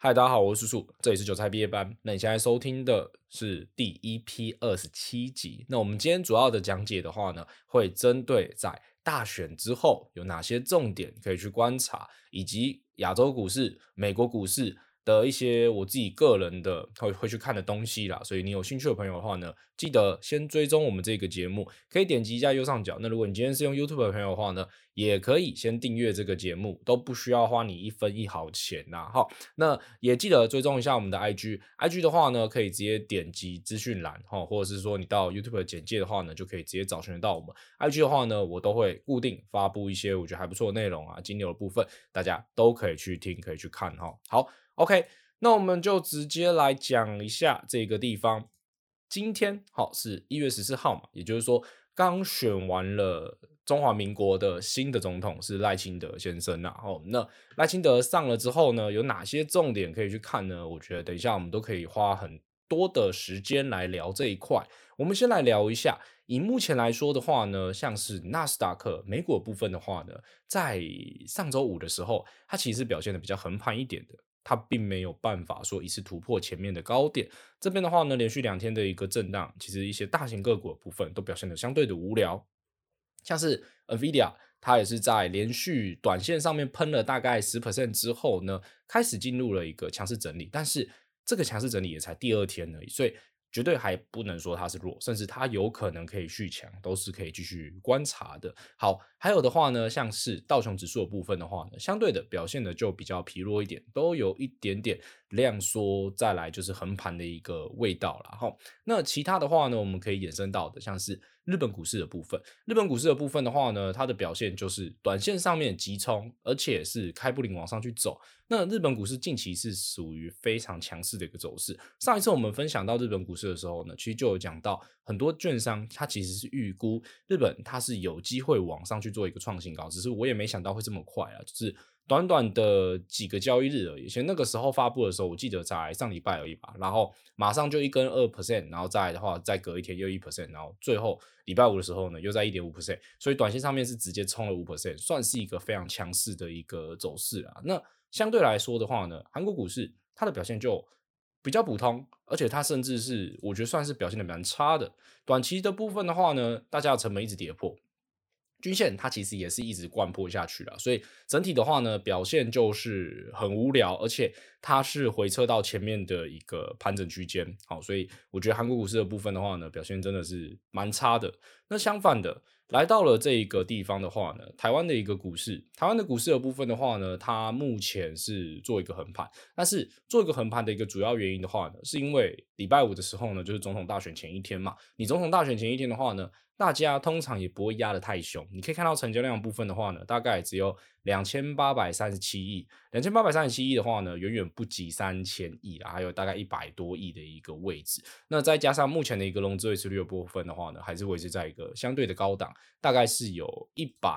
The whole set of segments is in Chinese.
嗨，大家好，我是叔叔，这里是韭菜毕业班。那你现在收听的是第EP27集。那我们今天主要的讲解的话呢，会针对在大选之后有哪些重点可以去观察，以及亚洲股市、美国股市的一些我自己个人的会去看的东西啦。所以你有兴趣的朋友的话呢，记得先追踪我们这个节目，可以点击一下右上角。那如果你今天是用 YouTube 的朋友的话呢，也可以先订阅这个节目，都不需要花你一分一毫钱呐。好，那也记得追踪一下我们的 IG 的话呢，可以直接点击资讯栏或者是说你到 YouTube 的简介的话呢，就可以直接找寻得到我们 IG 的话呢，我都会固定发布一些我觉得还不错的内容啊，金牛的部分大家都可以去听，可以去看哈。好，OK，那我们就直接来讲一下这个地方。今天是1月14号嘛，也就是说刚选完了中华民国的新的总统是赖清德先生那赖清德上了之后呢，有哪些重点可以去看呢？我觉得等一下我们都可以花很多的时间来聊这一块。我们先来聊一下，以目前来说的话呢，像是纳斯达克美股的部分的话呢，在上周五的时候，它其实表现的比较横盘一点的。它并没有办法说一次突破前面的高点，这边的话呢，连续2天的一个震荡，其实一些大型个股的部分都表现得相对的无聊，像是 NVIDIA，它也是在连续短线上面喷了大概10% 之后呢，开始进入了一个强势整理，但是这个强势整理也才第2天而已，所以绝对还不能说它是弱，甚至它有可能可以续强，都是可以继续观察的。好，还有的话呢，像是道琼指数的部分的话呢，相对的表现的就比较疲弱一点，都有一点点量缩，再来就是横盘的一个味道啦。那其他的话呢，我们可以衍生到的，像是日本股市的部分。日本股市的部分的话呢，它的表现就是短线上面急冲，而且是开布林往上去走。那日本股市近期是属于非常强势的一个走势。上一次我们分享到日本股市的时候呢，其实就有讲到很多券商它其实是预估日本它是有机会往上去做一个创新高，只是我也没想到会这么快啊，就是短短的几个交易日而已。其实那个时候发布的时候，我记得才上礼拜而已吧，然后马上就一根2%，然后再来的话再隔一天又1%，然后最后礼拜五的时候呢又在1.5%，所以短线上面是直接冲了5%，算是一个非常强势的一个走势啦。那相对来说的话呢，韩国股市它的表现就比较普通，而且它甚至是我觉得算是表现的蛮差的。短期的部分的话呢，大家的成本一直跌破，均线它其实也是一直灌破下去了，所以整体的话呢，表现就是很无聊，而且它是回撤到前面的一个盘整区间，好，所以我觉得韩国股市的部分的话呢，表现真的是蛮差的。那相反的，来到了这一个地方的话呢，台湾的一个股市，台湾的股市的部分的话呢，它目前是做一个横盘，但是做一个横盘的一个主要原因的话呢，是因为礼拜五的时候呢，就是总统大选前一天嘛，你总统大选前一天的话呢，大家通常也不会压得太凶，你可以看到成交量部分的话呢，大概只有2837亿，2837亿的话呢，远远不及3000亿啦，还有大概100多亿的一个位置。那再加上目前的一个融资维持率的部分的话呢，还是维持在一个相对的高档，大概是有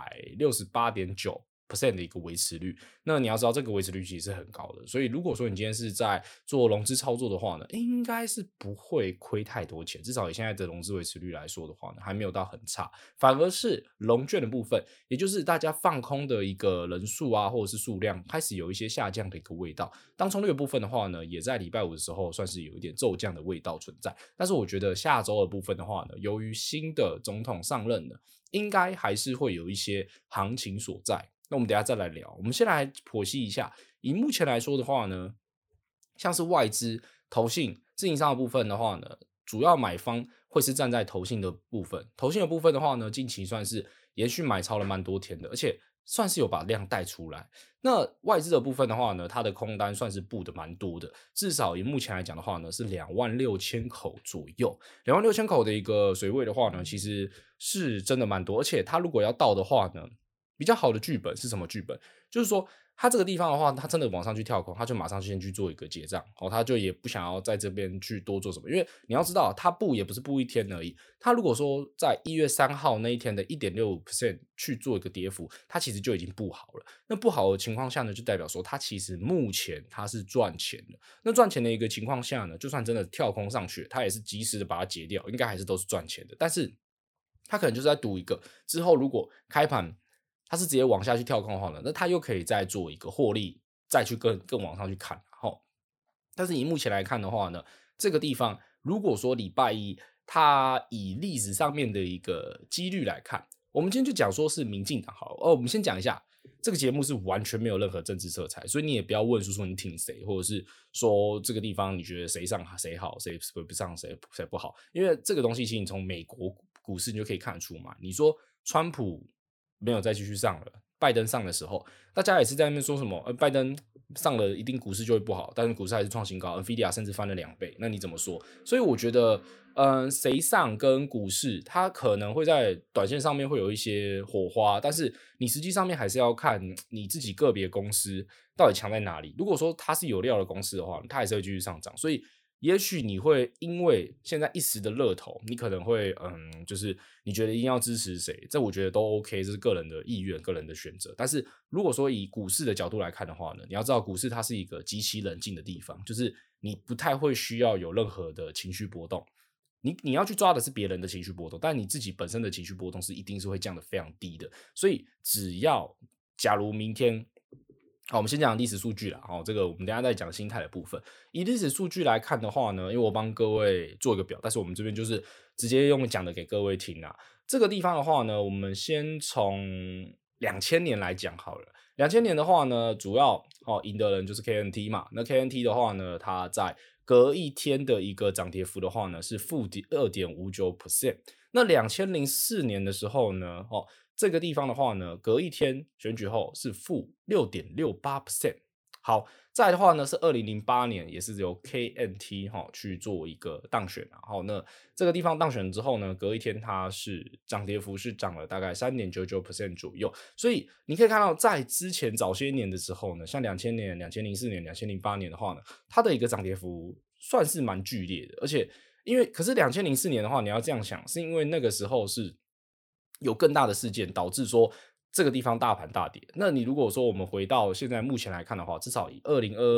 168.9%的一个维持率。那你要知道，这个维持率其实是很高的，所以如果说你今天是在做融资操作的话呢，应该是不会亏太多钱，至少以现在的融资维持率来说的话呢，还没有到很差，反而是融券的部分，也就是大家放空的一个人数啊，或者是数量开始有一些下降的一个味道。当冲率的部分的话呢，也在礼拜五的时候算是有一点骤降的味道存在。但是我觉得下周的部分的话呢，由于新的总统上任了，应该还是会有一些行情所在。那我们等一下再来聊。我们先来剖析一下，以目前来说的话呢，像是外资、投信、自营商的部分的话呢，主要买方会是站在投信的部分。投信的部分的话呢，近期算是连续买超了蛮多天的，而且算是有把量带出来。那外资的部分的话呢，它的空单算是布的蛮多的，至少以目前来讲的话呢，是26000口左右。26000口的一个水位的话呢，其实是真的蛮多，而且它如果要到的话呢，比较好的剧本是什么剧本？就是说，它这个地方的话，它真的往上去跳空，它就马上先去做一个结账，它就也不想要在这边去多做什么，因为你要知道，它布也不是布一天而已。它如果说在1月3号那一天的1.65% 去做一个跌幅，它其实就已经布好了。那不好的情况下呢，就代表说它其实目前它是赚钱的。那赚钱的一个情况下呢，就算真的跳空上去，它也是及时的把它结掉，应该还是都是赚钱的。但是它可能就是在赌一个之后如果开盘它是直接往下去跳空的话呢，那它又可以再做一个获利，再去更往上去看。 但是以目前来看的话呢，这个地方如果说礼拜一它以历史上面的一个几率来看，我们今天就讲说是民进党好了我们先讲一下，这个节目是完全没有任何政治色彩，所以你也不要问说你挺谁，或者是说这个地方你觉得谁上谁好，谁不上谁不好，因为这个东西其实你从美国股市你就可以看得出嘛。你说川普没有再继续上了，拜登上的时候，大家也是在那边说什么拜登上了一定股市就会不好，但是股市还是创新高 ，NVIDIA 甚至翻了2倍，那你怎么说？所以我觉得谁上跟股市它可能会在短线上面会有一些火花，但是你实际上面还是要看你自己个别公司到底强在哪里。如果说它是有料的公司的话，它还是会继续上涨，所以也许你会因为现在一时的热头，你可能会就是你觉得一定要支持谁，这我觉得都 OK， 这是个人的意愿、个人的选择。但是如果说以股市的角度来看的话呢，你要知道股市它是一个极其冷静的地方，就是你不太会需要有任何的情绪波动。你要去抓的是别人的情绪波动，但你自己本身的情绪波动是一定是会降得非常低的。所以只要假如明天好，我们先讲历史数据啦。这个我们等一下再讲心态的部分。以历史数据来看的话呢，因为我帮各位做一个表，但是我们这边就是直接用讲的给各位听啊。这个地方的话呢，我们先从2000年来讲好了。2000年的话呢，主要赢的人就是 KNT 嘛。那 KNT 的话呢，它在隔一天的一个涨跌幅的话呢是负 2.59%。那2004年的时候呢，这个地方的话呢，隔一天选举后是负 6.68%。好，再来的话呢是2008年，也是由 KNT 去做一个当选。然后那这个地方当选之后呢，隔一天它是涨跌幅是涨了大概 3.99% 左右。所以你可以看到，在之前早些年的时候呢，像2000年、2004年、2008年的话呢，它的一个涨跌幅算是蛮剧烈的。而且可是2004年的话，你要这样想，是因为那个时候是有更大的事件导致说这个地方大盘大跌。那你如果说我们回到现在目前来看的话，至少以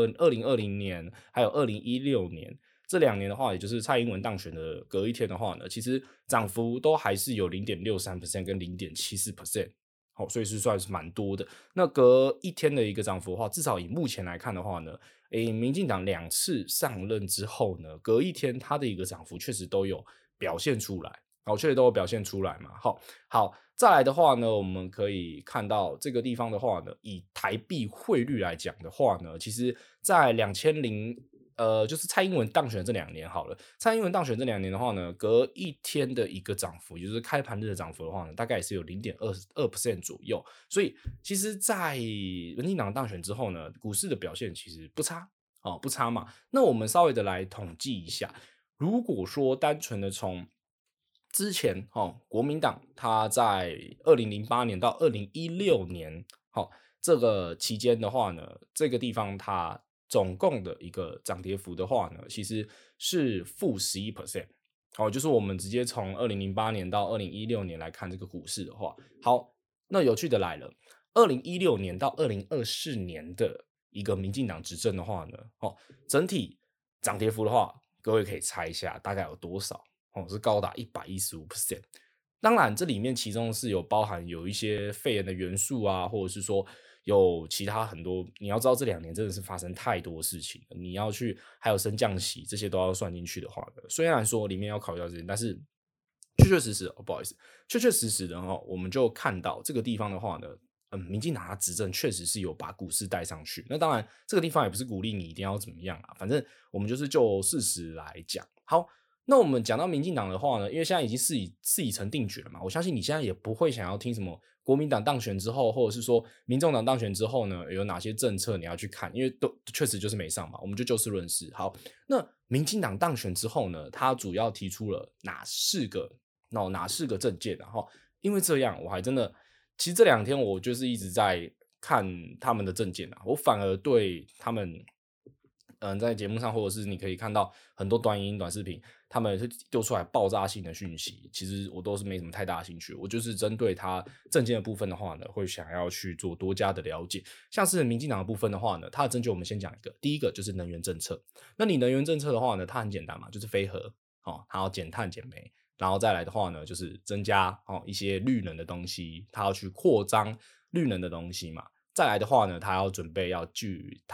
2020年还有2016年这2年的话，也就是蔡英文当选的隔一天的话呢，其实涨幅都还是有 0.63% 跟 0.74%。好，所以是算是蛮多的。那隔一天的一个涨幅的话，至少以目前来看的话呢，民进党2次上任之后呢，隔一天它的一个涨幅确实都有表现出来。确实都有表现出来嘛。好，再来的话呢，我们可以看到这个地方的话呢，以台币汇率来讲的话呢，其实在就是蔡英文当选这2年好了，蔡英文当选这2年的话呢，隔一天的一个涨幅，也就是开盘日的涨幅的话呢，大概也是有 0.22% 左右。所以其实在民进党当选之后呢，股市的表现其实不差不差嘛。那我们稍微的来统计一下，如果说单纯的从之前国民党他在2008年到2016年这个期间的话呢，这个地方它总共的一个涨跌幅的话呢，其实是负 11%。就是我们直接从2008年到2016年来看这个股市的话，好，那有趣的来了，2016年到2024年的一个民进党执政的话呢，整体涨跌幅的话，各位可以猜一下大概有多少？是高达 115%。当然这里面其中是有包含有一些肺炎的元素啊，或者是说有其他很多，你要知道这2年真的是发生太多事情了，你要去还有升降息这些都要算进去的话呢，虽然说里面要考虑到这些，但是确实不好意思，确实的我们就看到这个地方的话呢，民进党他执政确实是有把股市带上去。那当然这个地方也不是鼓励你一定要怎么样啊，反正我们就是就事实来讲。好，那我们讲到民进党的话呢，因为现在已经事已成定局了嘛，我相信你现在也不会想要听什么国民党当选之后，或者是说民众党当选之后呢，有哪些政策你要去看，因为都确实就是没上嘛，我们就事论事。好，那民进党当选之后呢，他主要提出了哪四个政见，然后因为这样，我还真的其实这2天我就是一直在看他们的政见啊，我反而对他们在节目上或者是你可以看到很多短影音短视频，他们会丢出来爆炸性的讯息，其实我都是没什么太大的兴趣，我就是针对他政见的部分的话呢，会想要去做多加的了解。像是民进党的部分的话呢，它的政见我们先讲一个，第一个就是能源政策。那你能源政策的话呢，它很简单嘛，就是非核它要减碳减煤，然后再来的话呢，就是增加一些绿能的东西，它要去扩张绿能的东西嘛。再来的话呢，它要准备要它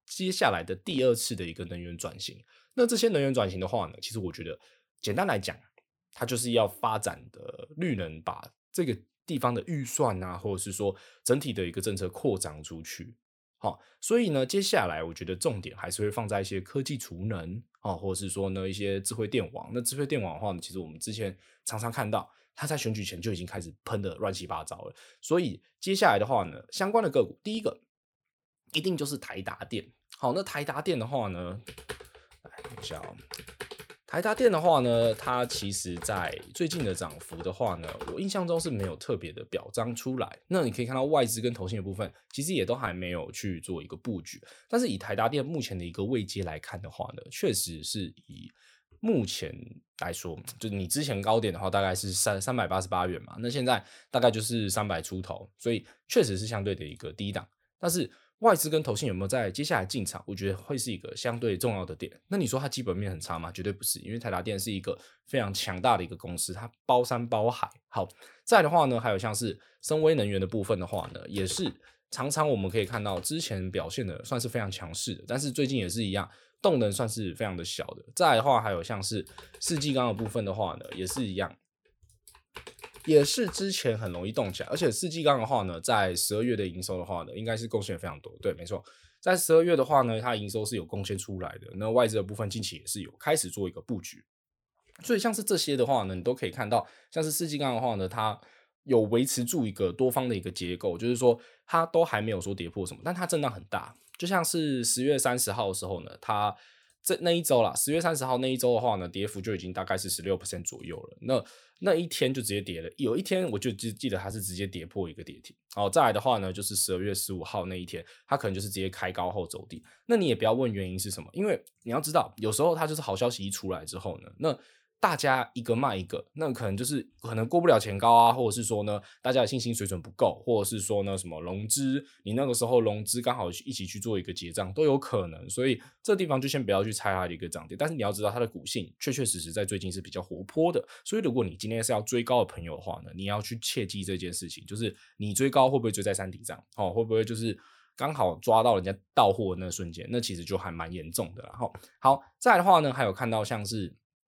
接下来的第二次的一个能源转型。那这些能源转型的话呢，其实我觉得简单来讲，它就是要发展的绿能，把这个地方的预算啊，或者是说整体的一个政策扩张出去。好，所以呢，接下来我觉得重点还是会放在一些科技储能，或者是说呢一些智慧电网。那智慧电网的话呢，其实我们之前常常看到，它在选举前就已经开始喷的乱七八糟了。所以接下来的话呢，相关的个股，第一个一定就是台达电。好，那台达电的话呢，来等一下哦。台达电的话呢，它其实在最近的涨幅的话呢，我印象中是没有特别的表彰出来。那你可以看到外资跟投信的部分，其实也都还没有去做一个布局。但是以台达电目前的一个位阶来看的话呢，确实是以目前来说，就是你之前高点的话大概是388元嘛，那现在大概就是300出头，所以确实是相对的一个低档。但是外资跟投信有没有在接下来进场？我觉得会是一个相对重要的点。那你说它基本面很差吗？绝对不是，因为台达电是一个非常强大的一个公司，它包山包海。好，再来的话呢，还有像是深威能源的部分的话呢，也是常常我们可以看到之前表现的算是非常强势的，但是最近也是一样，动能算是非常的小的。再来的话，还有像是世纪钢的部分的话呢，也是一样。也是之前很容易动起来，而且世纪钢的话呢，在12月的营收的话呢，应该是贡献非常多。对，没错，在12月的话呢，它的营收是有贡献出来的。那外资的部分近期也是有开始做一个布局，所以像是这些的话呢，你都可以看到，像是世纪钢的话呢，它有维持住一个多方的一个结构，就是说它都还没有说跌破什么，但它震荡很大。就像是10月30号的时候呢，它那一周啦，10月30号那一周的话呢，跌幅就已经大概是16% 左右了。那一天就直接跌了，有一天我就记得它是直接跌破一个跌停。好，再来的话呢，就是12月15号那一天，它可能就是直接开高后走低。那你也不要问原因是什么，因为你要知道，有时候它就是好消息一出来之后呢，那大家一个卖一个，那可能过不了前高啊，或者是说呢，大家的信心水准不够，或者是说呢，什么融资，你那个时候融资刚好一起去做一个结账都有可能，所以这地方就先不要去猜它的一个涨跌，但是你要知道它的股性确实在最近是比较活泼的，所以如果你今天是要追高的朋友的话呢，你要去切记这件事情，就是你追高会不会追在山顶上，会不会就是刚好抓到人家到货的那瞬间，那其实就还蛮严重的啦。好，再来的话呢，还有看到像是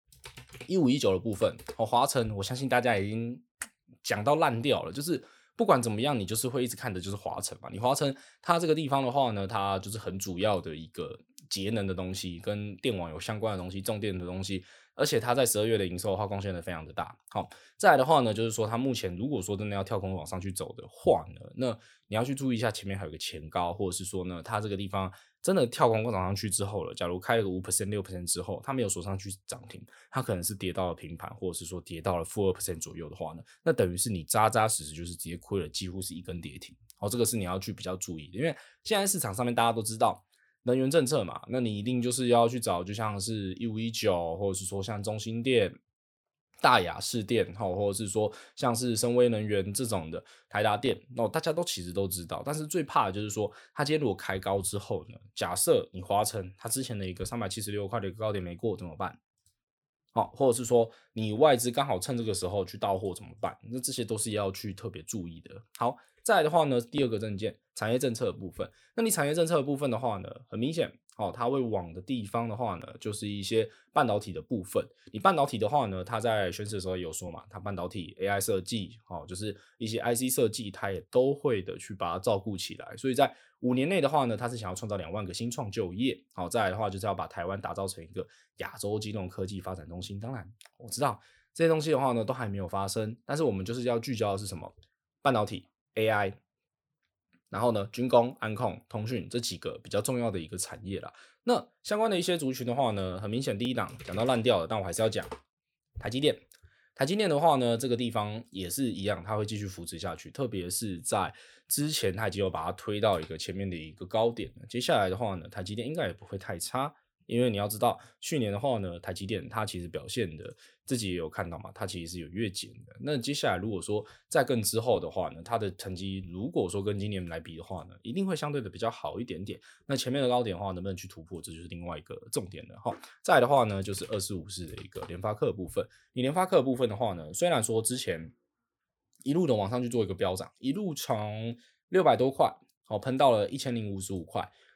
1519的部分，华晨，我相信大家已经讲到烂掉了，就是不管怎么样，你就是会一直看的就是华晨嘛。你华晨它这个地方的话呢，它就是很主要的一个节能的东西，跟电网有相关的东西，重电的东西，而且它在12月的营收的话贡献的非常的大。好，再来的话呢，就是说它目前如果说真的要跳空往上去走的话呢，那你要去注意一下前面还有个前高，或者是说呢，它这个地方真的跳空涨上去之后了，假如开了个5% 6% 之后，它没有锁上去涨停，它可能是跌到了平盘，或者是说跌到了-2% 左右的话呢，那等于是你扎扎实实就是直接亏了几乎是一根跌停。好，这个是你要去比较注意的，因为现在市场上面大家都知道能源政策嘛，那你一定就是要去找，就像是1519，或者是说像中兴电、大雅士电，或者是说像是深威能源这种的台达电，大家都其实都知道，但是最怕的就是说，它今天如果开高之后呢，假设你华晨它之前的一个376块的一个高点没过怎么办？或者是说你外资刚好趁这个时候去到货怎么办？那这些都是要去特别注意的。好，再来的话呢，第二个证件产业政策的部分，那你产业政策的部分的话呢，很明显，它会往的地方的话呢，就是一些半导体的部分。你半导体的话呢，它在宣示的时候也有说嘛，它半导体 AI 设计，就是一些 IC 设计，它也都会的去把它照顾起来。所以在5年内的话呢，它是想要创造2万个新创就业。好，再来的话就是要把台湾打造成一个亚洲金融科技发展中心。当然，我知道这些东西的话呢，都还没有发生，但是我们就是要聚焦的是什么？半导体、AI，然后呢，军工、安控、通讯这几个比较重要的一个产业啦。那相关的一些族群的话呢，很明显第一档讲到烂掉了，但我还是要讲台积电。台积电的话呢，这个地方也是一样，它会继续扶持下去，特别是在之前它已经有把它推到一个前面的一个高点了。接下来的话呢，台积电应该也不会太差，因为你要知道，去年的话呢，台积电它其实表现的自己也有看到嘛，它其实是有月减的。那接下来如果说再更之后的话呢，它的成绩如果说跟今年来比的话呢，一定会相对的比较好一点点。那前面的高点的话，能不能去突破，这就是另外一个重点了哈。再来的话呢，就是2454的一个联发科的部分。你联发科的部分的话呢，虽然说之前一路的往上去做一个飙涨，一路从600多块喷到了1055块。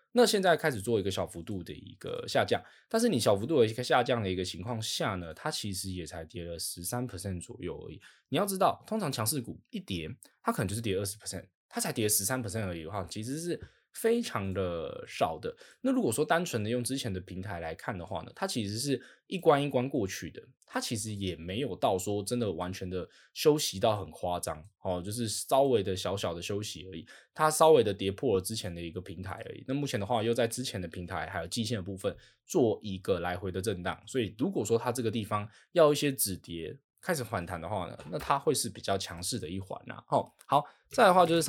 那现在开始做一个小幅度的一个下降，但是你小幅度的一个下降的一个情况下呢，它其实也才跌了13% 左右而已。你要知道，通常强势股一跌，它可能就是跌20%，它才跌13% 而已的话，其实是非常的少的。那如果说单纯的用之前的平台来看的话呢，它其实是一关一关过去的，它其实也没有到说真的完全的休息到很夸张哦，就是稍微的小小的休息而已，它稍微的跌破了之前的一个平台而已。那目前的话，又在之前的平台还有季线的部分做一个来回的震荡，所以如果说它这个地方要一些止跌开始反弹的话呢，那它会是比较强势的一环啦。好，再来的话就是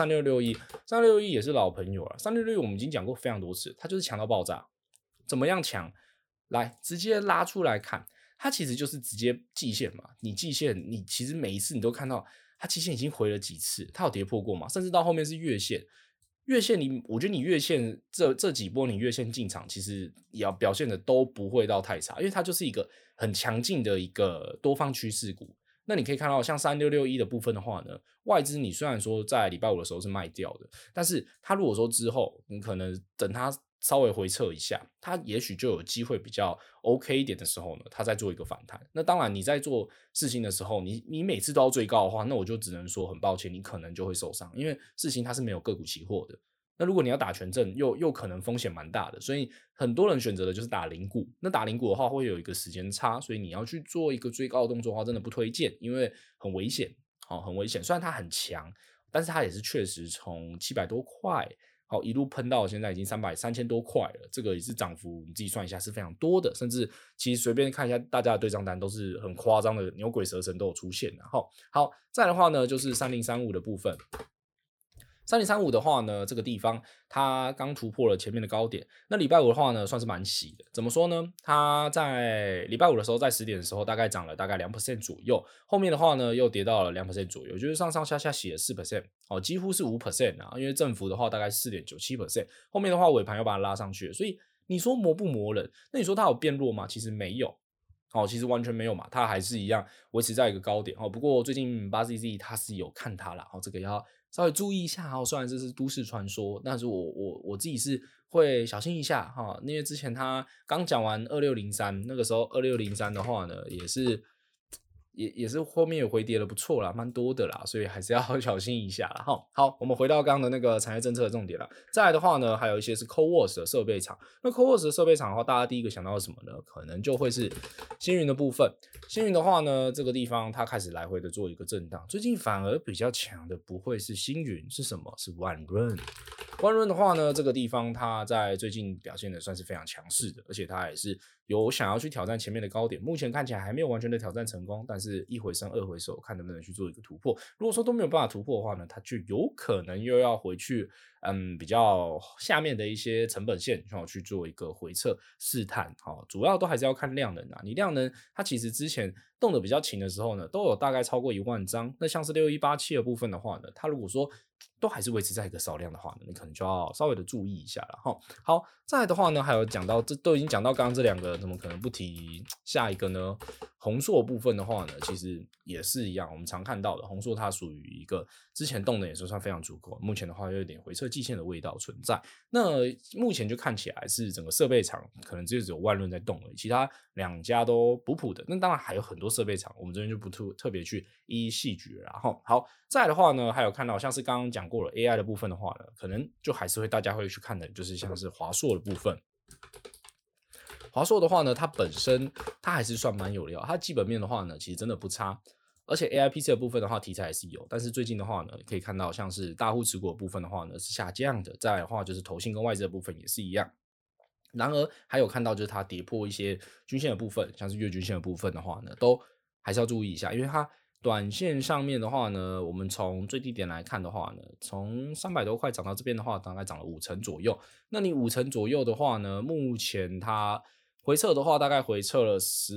3661也是老朋友了。3661我们已经讲过非常多次，它就是强到爆炸。怎么样强？来，直接拉出来看，它其实就是直接季线嘛。你季线，你其实每一次你都看到它季线已经回了几次，它有跌破过嘛？甚至到后面是月线。月线我觉得你月线这几波你月线进场，其实也要表现的都不会到太差，因为它就是一个很强劲的一个多方趋势股。那你可以看到，像3661的部分的话呢，外资你虽然说在礼拜五的时候是卖掉的，但是它如果说之后你可能等它稍微回撤一下，它也许就有机会比较 OK 一点的时候呢，它再做一个反弹。那当然你在做事情的时候，你每次都要追高的话，那我就只能说很抱歉，你可能就会受伤，因为事情它是没有个股期货的。那如果你要打权证，又可能风险蛮大的，所以很多人选择的就是打零股。那打零股的话，会有一个时间差，所以你要去做一个追高的动作的话，真的不推荐，因为很危险，很危险。虽然它很强，但是它也是确实从700多块，一路喷到现在已经3000多块了，这个也是涨幅，你自己算一下是非常多的，甚至其实随便看一下大家的对账单都是很夸张的，牛鬼蛇神都有出现的。好，再来的话呢，就是3035的部分。3035的话呢，这个地方它刚突破了前面的高点。那礼拜五的话呢，算是蛮喜的。怎么说呢？它在礼拜五的时候，在10点的时候，大概涨了大概2% 左右。后面的话呢，又跌到了2% 左右，就是上上下下洗了4%，几乎是5%啊。因为振幅的话大概4.97%，后面的话尾盘又把它拉上去了。所以你说磨不磨人？那你说它有变弱吗？其实没有。其实完全没有嘛，它还是一样维持在一个高点。不过最近8ZZ 它是有看它啦，这个要稍微注意一下。虽然这是都市传说，但是我自己是会小心一下因为之前他刚讲完2603，那个时候2603的话呢，也是后面有回跌的不错啦，蛮多的啦，所以还是要小心一下啦。好，我们回到刚刚的那个产业政策的重点啦。再来的话呢，还有一些是 CoWoS 的设备厂。那 CoWoS 的设备厂的话，大家第一个想到的是什么呢？可能就会是星云的部分。星云的话呢，这个地方它开始来回的做一个震荡，最近反而比较强的不会是星云，是什么？是万润。万润的话呢，这个地方它在最近表现的算是非常强势的，而且它也是有想要去挑战前面的高点，目前看起来还没有完全的挑战成功，但是一回生二回熟，看能不能去做一个突破。如果说都没有办法突破的话呢，它就有可能又要回去比较下面的一些成本线去做一个回撤试探。主要都还是要看量能啊，你量能它其实之前动的比较勤的时候呢，都有大概超过1万张。那像是6187的部分的话呢，它如果说都还是维持在一个少量的话呢，你可能就要稍微的注意一下了。好，再来的话呢，还有讲到这都已经讲到刚刚这两个，怎么可能不提下一个呢？宏硕部分的话呢，其实也是一样，我们常看到的宏硕它属于一个之前动的也是算非常足够，目前的话又有点回撤季线的味道存在。那目前就看起来是整个设备厂可能只有万润在动而已，其他两家都补补的。那当然还有很多设备厂，我们这边就不特别去一一细举了。好，再来的话呢，还有看到像是刚刚讲过了 AI 的部分的话呢，可能就还是大家会去看的，就是像是华硕的部分。华硕的话呢，它本身它还是算蛮有料，它基本面的话呢，其实真的不差。而且 AIPC 的部分的话，题材还是有，但是最近的话呢，可以看到像是大户持股的部分的话呢是下降的。再来的话就是投信跟外资的部分也是一样。然而还有看到就是它跌破一些均线的部分，像是月均线的部分的话呢，都还是要注意一下，因为它短线上面的话呢，我们从最低点来看的话呢，从300多块涨到这边的话，大概涨了50%左右。那你50%左右的话呢，目前它回撤的话，大概回撤了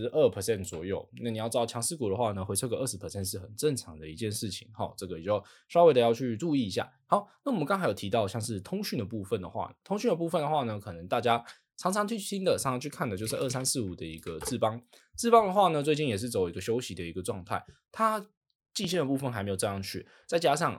12% 左右。那你要知道，强势股的话呢，回撤个20% 是很正常的一件事情。这个也就稍微的要去注意一下。好，那我们刚才有提到，像是通讯的部分的话，可能大家常常去听的、常常去看的就是2345的一个智邦。智邦的话呢，最近也是走一个休息的一个状态，它季线的部分还没有站上去，再加上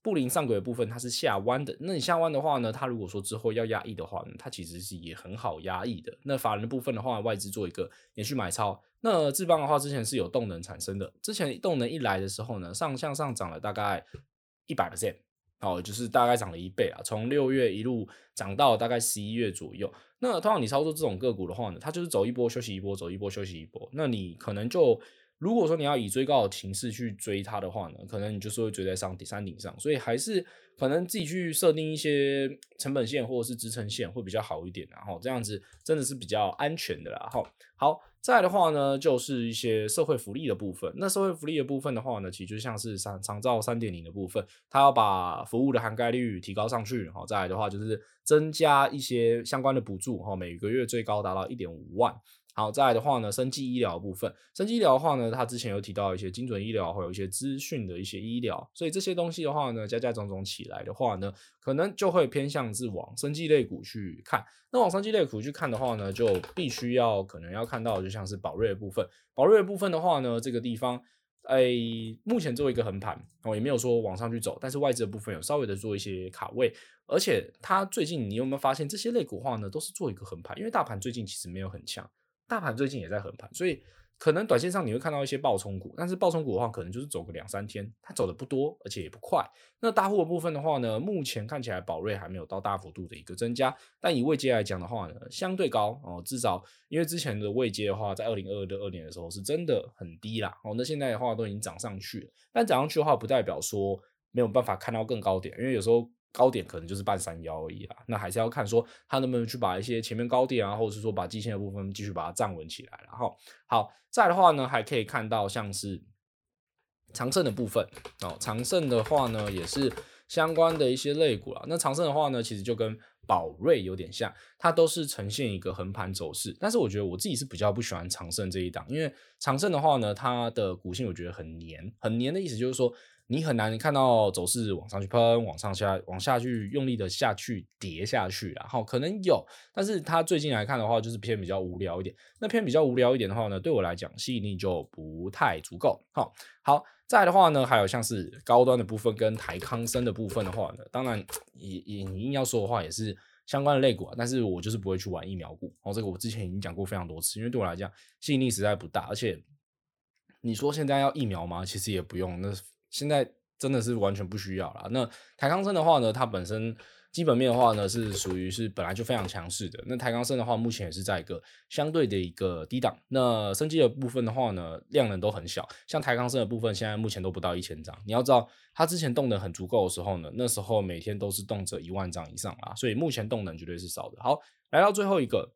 布林上轨的部分它是下弯的，那你下弯的话呢，它如果说之后要压抑的话呢，它其实是也很好压抑的。那法人的部分的话，外资做一个连续买超。那智邦的话，之前是有动能产生的，之前动能一来的时候呢，向上涨了大概100%。就是大概涨了1倍啊，从6月一路涨到大概11月左右。那通常你操作这种个股的话呢，它就是走一波休息一波，走一波休息一波。那你可能就如果说你要以追高的形式去追它的话呢，可能你就是会追在山顶上，所以还是可能自己去设定一些成本线或者是支撑线会比较好一点，然后这样子真的是比较安全的啦。好，再来的话呢，就是一些社会福利的部分。那社会福利的部分的话呢，其实就像是长照 3.0 的部分，它要把服务的涵盖率提高上去。再来的话就是增加一些相关的补助，每个月最高达到 1.5 万。好，再来的话呢，生技医疗的部分，生技医疗的话呢，它之前有提到一些精准医疗，会有一些资讯的一些医疗，所以这些东西的话呢，加种起来的话呢，可能就会偏向是往生技类股去看。那往生技类股去看的话呢，就必须可能要看到，就像是宝瑞的部分。宝瑞的部分的话呢，这个地方，目前做一个横盘，也没有说往上去走，但是外资的部分有稍微的做一些卡位，而且它最近你有没有发现这些类股的话呢，都是做一个横盘，因为大盘最近其实没有很强。大盘最近也在横盘，所以可能短线上你会看到一些爆冲股，但是爆冲股的话，可能就是走个2-3天，它走的不多，而且也不快。那大户的部分的话呢，目前看起来宝瑞还没有到大幅度的一个增加，但以位阶来讲的话呢，相对高至少因为之前的位阶的话，在2022年的时候是真的很低啦那现在的话都已经涨上去了，但涨上去的话不代表说没有办法看到更高点，因为有时候高点可能就是半山腰而已啦，那还是要看说他能不能去把一些前面高点啊，或者是说把季线的部分继续把它站稳起来。然后好，再来的话呢，还可以看到像是长盛的部分长盛的话呢也是相关的一些类股啦。那长盛的话呢，其实就跟宝瑞有点像，它都是呈现一个横盘走势，但是我觉得我自己是比较不喜欢长盛这一档，因为长盛的话呢，它的股性我觉得很黏，很黏的意思就是说你很难看到走势往上去喷，往下去用力的下去跌下去，然后可能有，但是它最近来看的话，就是偏比较无聊一点。那偏比较无聊一点的话呢，对我来讲吸引力就不太足够。好，再来的话呢，还有像是高端的部分跟台康生的部分的话呢，当然你硬要说的话也是相关的类股但是我就是不会去玩疫苗股这个我之前已经讲过非常多次，因为对我来讲吸引力实在不大，而且你说现在要疫苗吗？其实也不用，那现在真的是完全不需要啦。那台康生的话呢，它本身基本面的话呢，是属于是本来就非常强势的。那台康生的话，目前也是在一个相对的一个低档。那生技的部分的话呢，量能都很小，像台康生的部分，现在目前都不到1000张。你要知道，它之前动能很足够的时候呢，那时候每天都是动辄1万张以上啦，所以目前动能绝对是少的。好，来到最后一个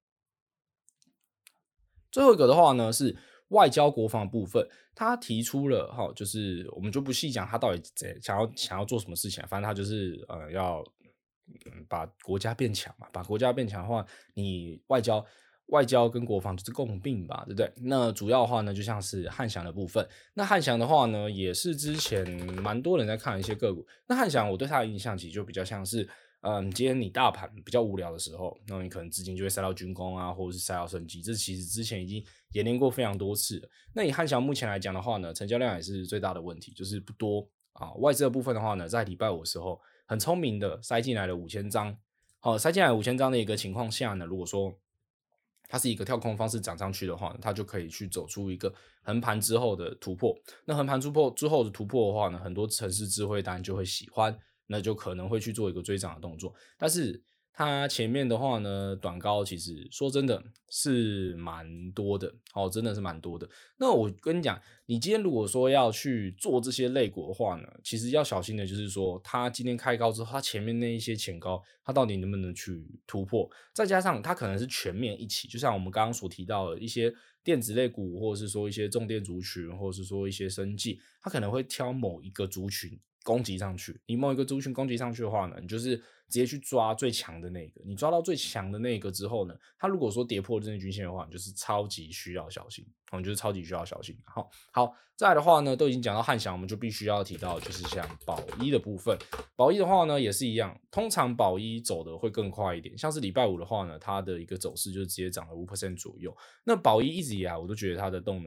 的话呢是外交国防部分，他提出了就是我们就不细讲他到底想要做什么事情反正他就是要把国家变强嘛，把国家变强的话，你外交跟国防就是共并吧，对不对？那主要的话呢，就像是汉翔的部分。那汉翔的话呢，也是之前蛮多人在看的一些个股。那汉翔我对他的印象其实就比较像是今天你大盘比较无聊的时候，那你可能资金就会塞到军工啊，或者是塞到生技，这其实之前已经演练过非常多次了。那以汉翔目前来讲的话呢，成交量也是最大的问题，就是不多外资的部分的话呢，在礼拜五的时候，很聪明的塞进来了5000张。塞进来5000张的一个情况下呢，如果说它是一个跳空方式涨上去的话呢，它就可以去走出一个横盘之后的突破。那横盘突破之后的突破的话呢，很多城市智慧当然就会喜欢。那就可能会去做一个追涨的动作，但是它前面的话呢，短高其实说真的是蛮多的真的是蛮多的。那我跟你讲，你今天如果说要去做这些类股的话呢，其实要小心的就是说，它今天开高之后，它前面那一些前高，它到底能不能去突破？再加上它可能是全面一起，就像我们刚刚所提到的一些电子类股，或者是说一些重电族群，或者是说一些生技，它可能会挑某一个族群攻击上去，你某一个族群攻击上去的话呢，你就是直接去抓最强的那个，你抓到最强的那个之后呢，它如果说跌破日线均线的话，你就是超级需要小心，你就是超级需要小心。好，再来的话呢，都已经讲到汉翔，我们就必须要提到就是像宝一的部分。宝一的话呢，也是一样，通常宝一走的会更快一点，像是礼拜五的话呢，它的一个走势就直接涨了5% 左右。那宝一一直以来我都觉得它的动能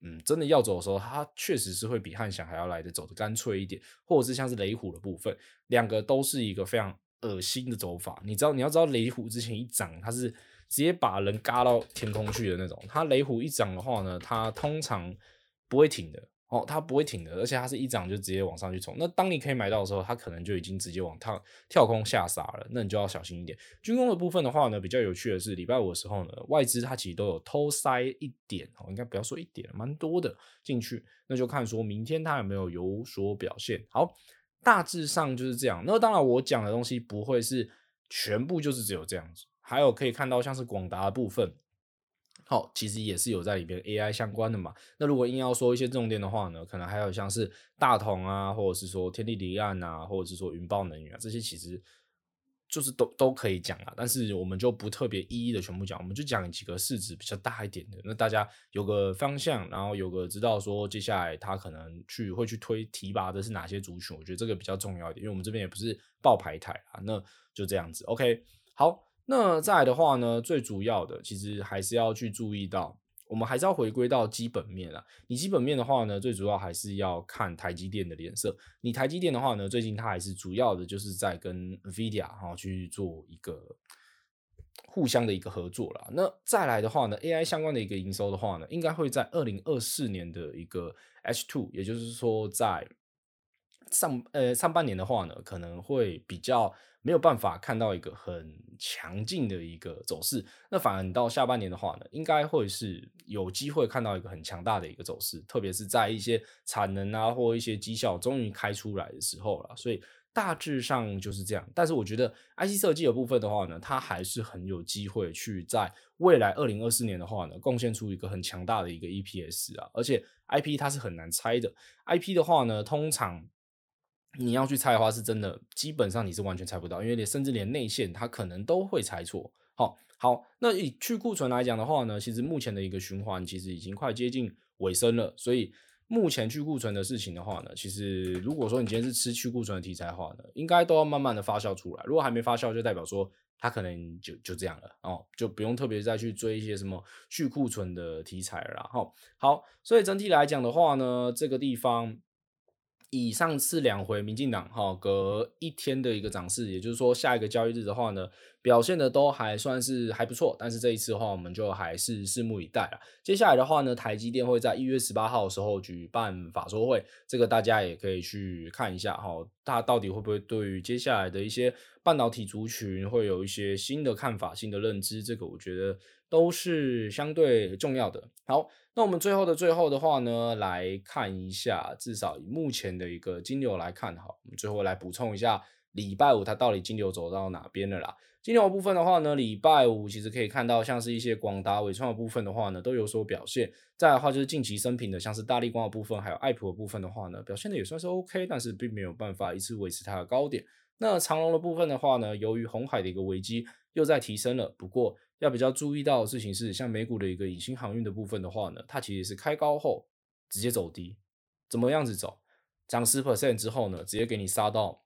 真的要走的时候，它确实是会比汉翔还要来的走的干脆一点，或者是像是雷虎的部分，两个都是一个非常恶心的走法。你要知道雷虎之前一涨，它是直接把人嘎到天空去的那种。它雷虎一涨的话呢，它通常不会停的。它不会停的，而且它是一涨就直接往上去冲。那当你可以买到的时候，它可能就已经直接往跳空下杀了，那你就要小心一点。军工的部分的话呢，比较有趣的是，礼拜五的时候呢，外资它其实都有偷塞一点，应该不要说一点，蛮多的进去，那就看说明天它有所表现。好，大致上就是这样。那当然，我讲的东西不会是全部就是只有这样子，还有可以看到像是广达的部分。其实也是有在里边 AI 相关的嘛。那如果硬要说一些重点的话呢，可能还有像是大同啊，或者是说天地离岸啊，或者是说云豹能源啊，这些其实就是都可以讲啦。但是我们就不特别一一的全部讲，我们就讲几个市值比较大一点的，那大家有个方向，然后有个知道说接下来他可能会去提拔的是哪些族群，我觉得这个比较重要一点，因为我们这边也不是报牌台啊，那就这样子。OK， 好。那再来的话呢，最主要的其实还是要去注意到，我们还是要回归到基本面啦。你基本面的话呢，最主要还是要看台积电的脸色。你台积电的话呢，最近它还是主要的就是在跟 NVIDIA 去做一个互相的一个合作啦。那再来的话呢 ，AI 相关的一个营收的话呢，应该会在2024年的一个 H2，也就是说在上半年的话呢，可能会比较没有办法看到一个很强劲的一个走势。那反而你到下半年的话呢，应该会是有机会看到一个很强大的一个走势，特别是在一些产能啊或一些绩效终于开出来的时候了。所以大致上就是这样。但是我觉得 IC 设计的部分的话呢，它还是很有机会去在未来2024年的话呢，贡献出一个很强大的一个 EPS 啊。而且 IP 它是很难猜的，IP 的话呢，通常你要去猜的话，是真的，基本上你是完全猜不到，因为甚至连内线它可能都会猜错。好，那以去库存来讲的话呢，其实目前的一个循环其实已经快接近尾声了，所以目前去库存的事情的话呢，其实如果说你今天是吃去库存的题材的话呢，应该都要慢慢的发酵出来。如果还没发酵，就代表说它可能就这样了就不用特别再去追一些什么去库存的题材了啦。好，所以整体来讲的话呢，这个地方。以上次两回民进党隔一天的一个涨势，也就是说下一个交易日的话呢，表现的都还算是还不错，但是这一次的话，我们就还是拭目以待了。接下来的话呢，台积电会在1月18号的时候举办法说会，这个大家也可以去看一下它到底会不会对于接下来的一些半导体族群会有一些新的看法、新的认知，这个我觉得都是相对重要的。好。那我们最后的话呢，来看一下，至少以目前的一个金流来看，我们最后来补充一下，礼拜五它到底金流走到哪边了啦？金流的部分的话呢，礼拜五其实可以看到，像是一些广达、伟创的部分的话呢，都有所表现。再来的话就是近期升频的，像是大立光的部分，还有爱普的部分的话呢，表现的也算是 OK，但是并没有办法一次维持它的高点。那长荣的部分的话呢，由于鸿海的一个危机又在提升了，不过要比较注意到的事情是，像美股的一个引擎航运的部分的话呢，它其实是开高后直接走低，怎么样子走？涨10% 之后呢，直接给你杀到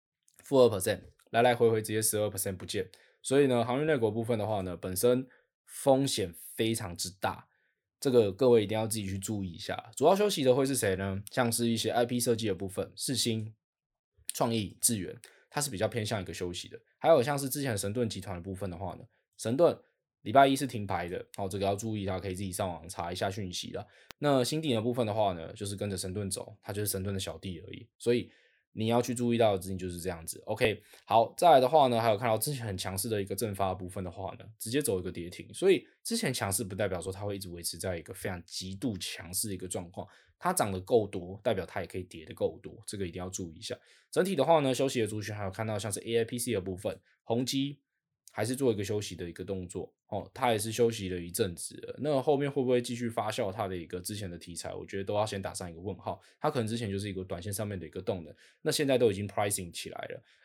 -2%，来来回回直接12% 不见。所以呢，航运类股部分的话呢，本身风险非常之大，这个各位一定要自己去注意一下。主要休息的会是谁呢？像是一些 IP 设计的部分，世芯、创意、智源，它是比较偏向一个休息的。还有像是之前神盾集团的部分的话呢，神盾礼拜一是停牌的，这个要注意，它可以自己上网查一下讯息啦。那新鼎的部分的话呢，就是跟着神盾走，它就是神盾的小弟而已，所以你要去注意到的事情就是这样子。OK， 好，再来的话呢，还有看到之前很强势的一个正发的部分的话呢，直接走一个跌停，所以之前强势不代表说它会一直维持在一个非常极度强势的一个状况，它涨得够多，代表它也可以跌得够多，这个一定要注意一下。整体的话呢，休息的族群还有看到像是 AIPC 的部分，宏基还是做一个休息的一个动作它也是休息了一阵子了。那后面会不会继续发酵它的一个之前的题材，我觉得都要先打上一个问号。它可能之前就是一个短线上面的一个动能，那现在都已经 pricing 起来了。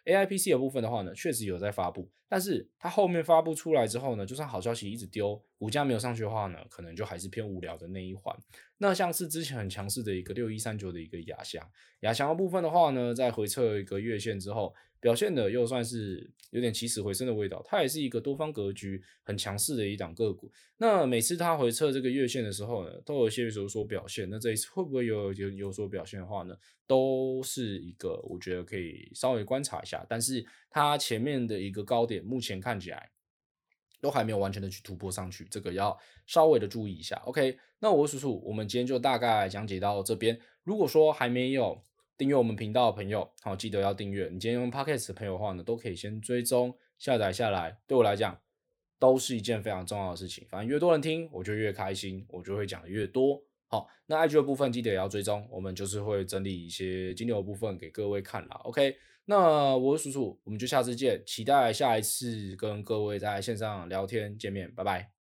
AIPC 的部分的话呢，确实有在发布，但是它后面发布出来之后呢，就算好消息一直丢，股价没有上去的话呢，可能就还是偏无聊的那一环。那像是之前很强势的一个6139的一个亚翔，亚翔的部分的话呢，在回撤一个月线之后，表现的又算是有点起死回生的味道，它也是一个多方格局很强势的一档个股。那每次它回撤这个月线的时候呢，都有一些有所表现。那这一次会不会有所表现的话呢，都是一个我觉得可以稍微观察一下。但是它前面的一个高点，目前看起来都还没有完全的去突破上去，这个要稍微的注意一下。OK，那我是叔叔，我们今天就大概讲解到这边。如果说还没有订阅我们频道的朋友，好，记得要订阅。你今天用 Podcast 的朋友的话呢，都可以先追踪下载下来。对我来讲，都是一件非常重要的事情。反正越多人听，我就越开心，我就会讲的越多。好，那 IG 的部分记得也要追踪，我们就是会整理一些金流的部分给各位看啦。OK，那我是叔叔，我们就下次见，期待下一次跟各位在线上聊天见面，拜拜。